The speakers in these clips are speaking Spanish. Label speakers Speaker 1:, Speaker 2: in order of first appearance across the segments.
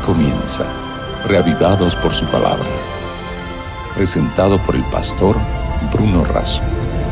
Speaker 1: comienza, reavivados por su palabra. Presentado por el pastor Bruno Razo.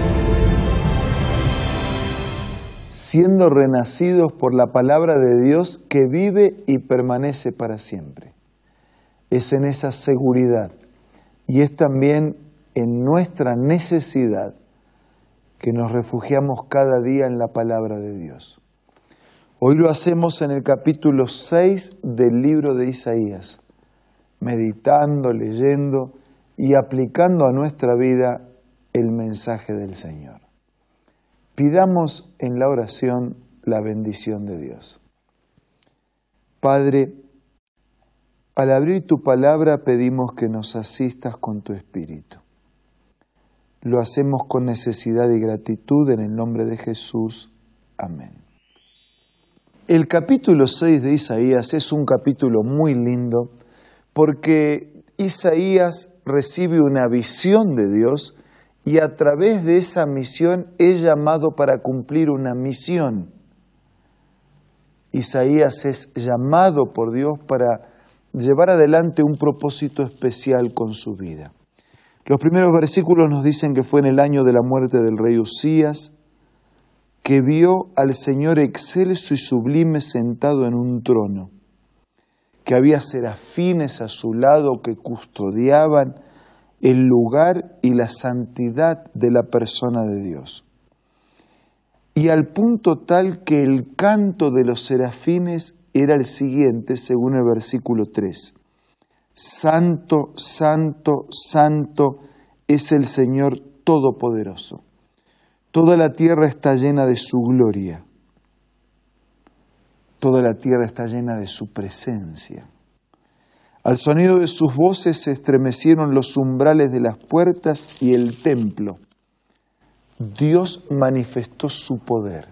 Speaker 2: Siendo renacidos por la palabra de Dios que vive y permanece para siempre. Es en esa seguridad y es también en nuestra necesidad que nos refugiamos cada día en la palabra de Dios. Hoy lo hacemos en el capítulo 6 del libro de Isaías, meditando, leyendo y aplicando a nuestra vida el mensaje del Señor. Pidamos en la oración la bendición de Dios. Padre, al abrir tu palabra pedimos que nos asistas con tu Espíritu. Lo hacemos con necesidad y gratitud en el nombre de Jesús. Amén. El capítulo 6 de Isaías es un capítulo muy lindo porque Isaías recibe una visión de Dios y a través de esa misión es llamado para cumplir una misión. Isaías es llamado por Dios para llevar adelante un propósito especial con su vida. Los primeros versículos nos dicen que fue en el año de la muerte del rey Uzías, que vio al Señor excelso y sublime sentado en un trono, que había serafines a su lado que custodiaban el lugar y la santidad de la persona de Dios. Y al punto tal que el canto de los serafines era el siguiente, según el versículo 3. Santo, santo, santo es el Señor Todopoderoso. Toda la tierra está llena de su gloria. Toda la tierra está llena de su presencia. Al sonido de sus voces se estremecieron los umbrales de las puertas y el templo. Dios manifestó su poder.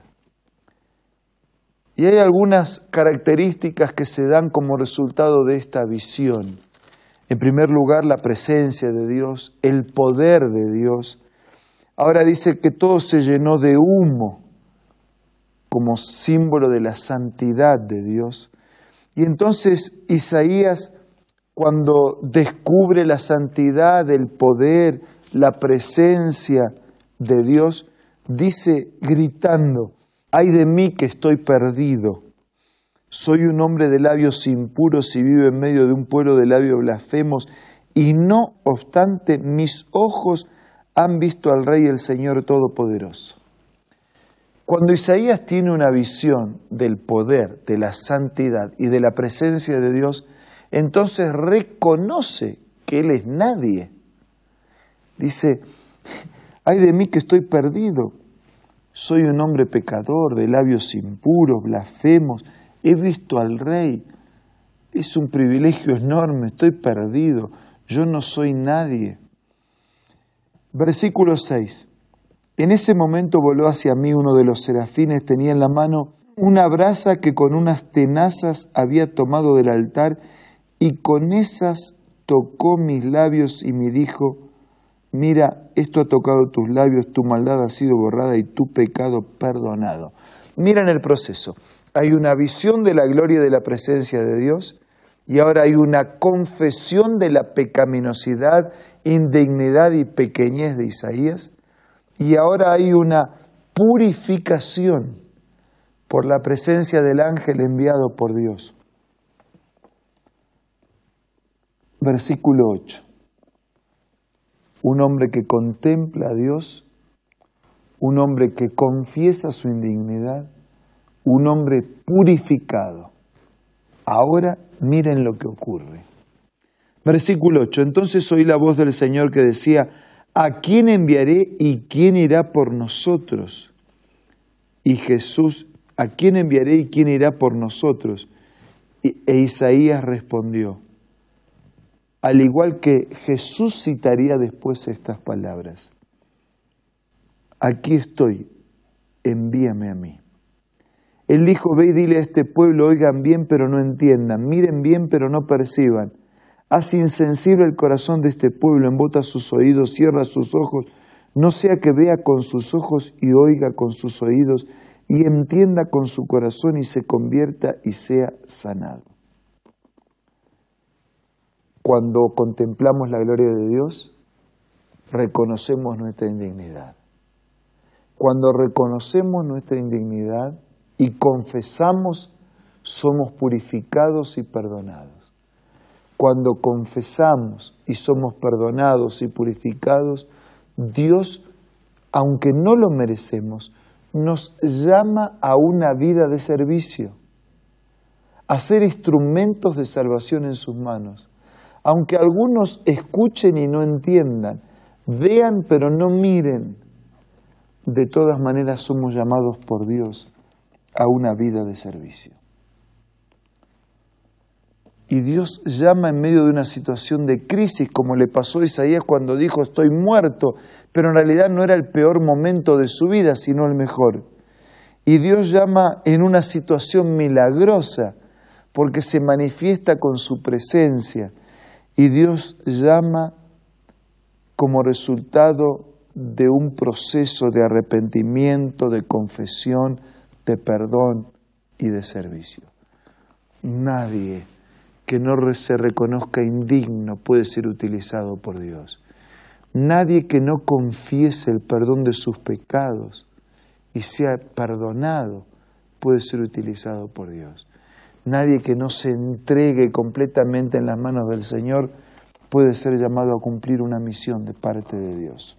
Speaker 2: Y hay algunas características que se dan como resultado de esta visión. En primer lugar, la presencia de Dios, el poder de Dios. Ahora dice que todo se llenó de humo como símbolo de la santidad de Dios. Y entonces Isaías, cuando descubre la santidad, el poder, la presencia de Dios, dice gritando: ¡ay de mí que estoy perdido! Soy un hombre de labios impuros y vivo en medio de un pueblo de labios blasfemos, y no obstante mis ojos han visto al Rey, el Señor Todopoderoso. Cuando Isaías tiene una visión del poder, de la santidad y de la presencia de Dios, entonces reconoce que Él es nadie. Dice: ¡ay de mí que estoy perdido! Soy un hombre pecador, de labios impuros, blasfemos. He visto al Rey. Es un privilegio enorme, estoy perdido. Yo no soy nadie. Versículo 6. En ese momento voló hacia mí uno de los serafines, tenía en la mano una brasa que con unas tenazas había tomado del altar, y con esas tocó mis labios y me dijo: mira, esto ha tocado tus labios, tu maldad ha sido borrada y tu pecado perdonado. Miren el proceso. Hay una visión de la gloria y de la presencia de Dios, y ahora hay una confesión de la pecaminosidad, indignidad y pequeñez de Isaías, y ahora hay una purificación por la presencia del ángel enviado por Dios. Versículo 8. Un hombre que contempla a Dios, un hombre que confiesa su indignidad, un hombre purificado. Ahora miren lo que ocurre. Versículo 8. Entonces oí la voz del Señor que decía: ¿a quién enviaré y quién irá por nosotros? Y Jesús: ¿a quién enviaré y quién irá por nosotros? E Isaías respondió, al igual que Jesús citaría después estas palabras: aquí estoy, envíame a mí. Él dijo: ve y dile a este pueblo, oigan bien pero no entiendan, miren bien pero no perciban. Haz insensible el corazón de este pueblo, embota sus oídos, cierra sus ojos, no sea que vea con sus ojos y oiga con sus oídos y entienda con su corazón y se convierta y sea sanado. cuando contemplamos la gloria de Dios, reconocemos nuestra indignidad. Cuando reconocemos nuestra indignidad y confesamos, somos purificados y perdonados. Cuando confesamos y somos perdonados y purificados, Dios, aunque no lo merecemos, nos llama a una vida de servicio, a ser instrumentos de salvación en sus manos. Aunque algunos escuchen y no entiendan, vean pero no miren, de todas maneras somos llamados por Dios a una vida de servicio. Y Dios llama en medio de una situación de crisis, como le pasó a Isaías cuando dijo estoy muerto, pero en realidad no era el peor momento de su vida, sino el mejor. Y Dios llama en una situación milagrosa, porque se manifiesta con su presencia. Y Dios llama como resultado de un proceso de arrepentimiento, de confesión, de perdón y de servicio. Nadie que no se reconozca indigno puede ser utilizado por Dios. Nadie que no confiese el perdón de sus pecados y sea perdonado puede ser utilizado por Dios. Nadie que no se entregue completamente en las manos del Señor puede ser llamado a cumplir una misión de parte de Dios.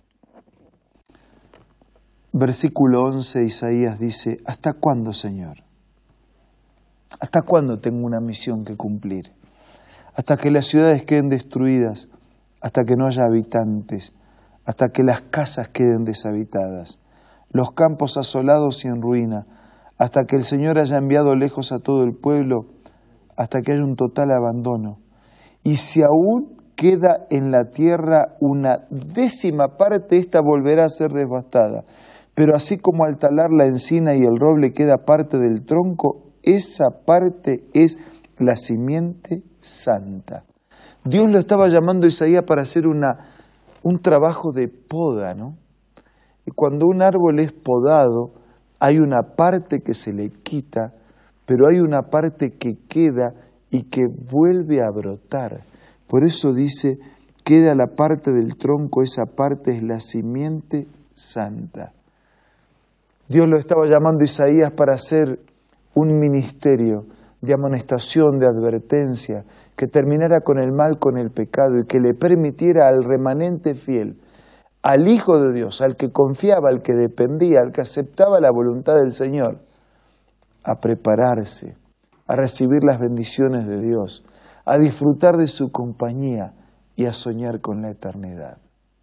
Speaker 2: Versículo 11, Isaías dice, ¿hasta cuándo, Señor? ¿Hasta cuándo tengo una misión que cumplir? Hasta que las ciudades queden destruidas, hasta que no haya habitantes, hasta que las casas queden deshabitadas, los campos asolados y en ruina, hasta que el Señor haya enviado lejos a todo el pueblo, hasta que haya un total abandono. Y si aún queda en la tierra una 10ª parte, ésta volverá a ser devastada. Pero así como al talar la encina y el roble queda parte del tronco, esa parte es la simiente santa. Dios lo estaba llamando a Isaías para hacer un trabajo de poda, ¿no? Y cuando un árbol es podado, hay una parte que se le quita, pero hay una parte que queda y que vuelve a brotar. Por eso dice, queda la parte del tronco, esa parte es la simiente santa. Dios lo estaba llamando a Isaías para hacer un ministerio de amonestación, de advertencia, que terminara con el mal, con el pecado y que le permitiera al remanente fiel, al Hijo de Dios, al que confiaba, al que dependía, al que aceptaba la voluntad del Señor, a prepararse, a recibir las bendiciones de Dios, a disfrutar de su compañía y a soñar con la eternidad.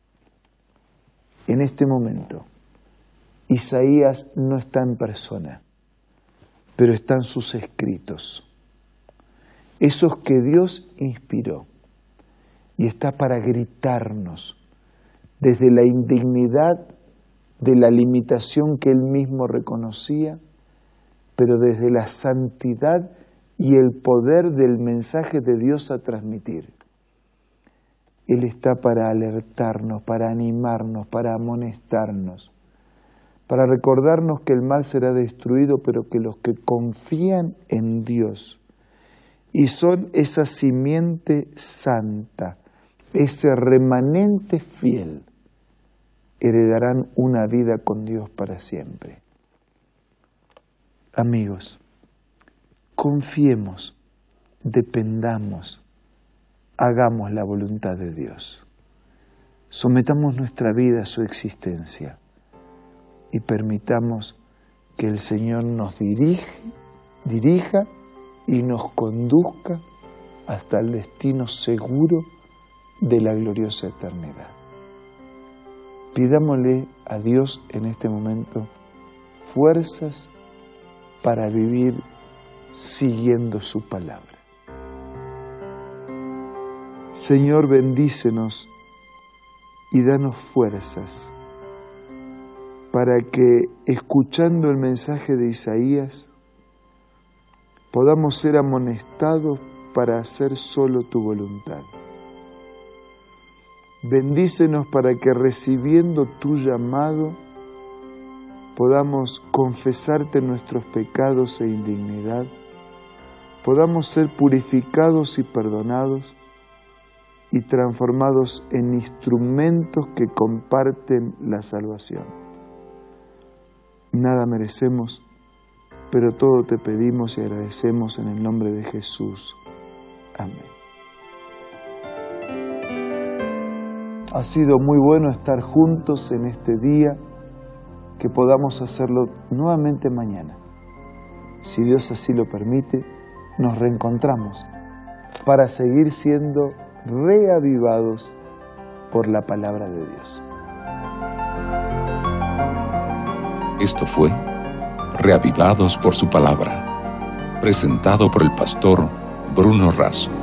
Speaker 2: En este momento, Isaías no está en persona, pero están sus escritos, esos que Dios inspiró, y está para gritarnos desde la indignidad de la limitación que él mismo reconocía, pero desde la santidad y el poder del mensaje de Dios a transmitir. Él está para alertarnos, para animarnos, para amonestarnos, para recordarnos que el mal será destruido, pero que los que confían en Dios y son esa simiente santa, ese remanente fiel, heredarán una vida con Dios para siempre. Amigos, confiemos, dependamos, hagamos la voluntad de Dios. Sometamos nuestra vida a su existencia y permitamos que el Señor nos dirija y nos conduzca hasta el destino seguro de la gloriosa eternidad. Pidámosle a Dios en este momento fuerzas para vivir siguiendo su palabra. Señor, bendícenos y danos fuerzas para que, escuchando el mensaje de Isaías, podamos ser amonestados para hacer solo tu voluntad. Bendícenos para que, recibiendo tu llamado, podamos confesarte nuestros pecados e indignidad, podamos ser purificados y perdonados y transformados en instrumentos que comparten la salvación. Nada merecemos, pero todo te pedimos y agradecemos en el nombre de Jesús. Amén. Ha sido muy bueno estar juntos en este día, que podamos hacerlo nuevamente mañana. Si Dios así lo permite, nos reencontramos para seguir siendo reavivados por la palabra de Dios.
Speaker 1: Esto fue Reavivados por su palabra, presentado por el pastor Bruno Razo.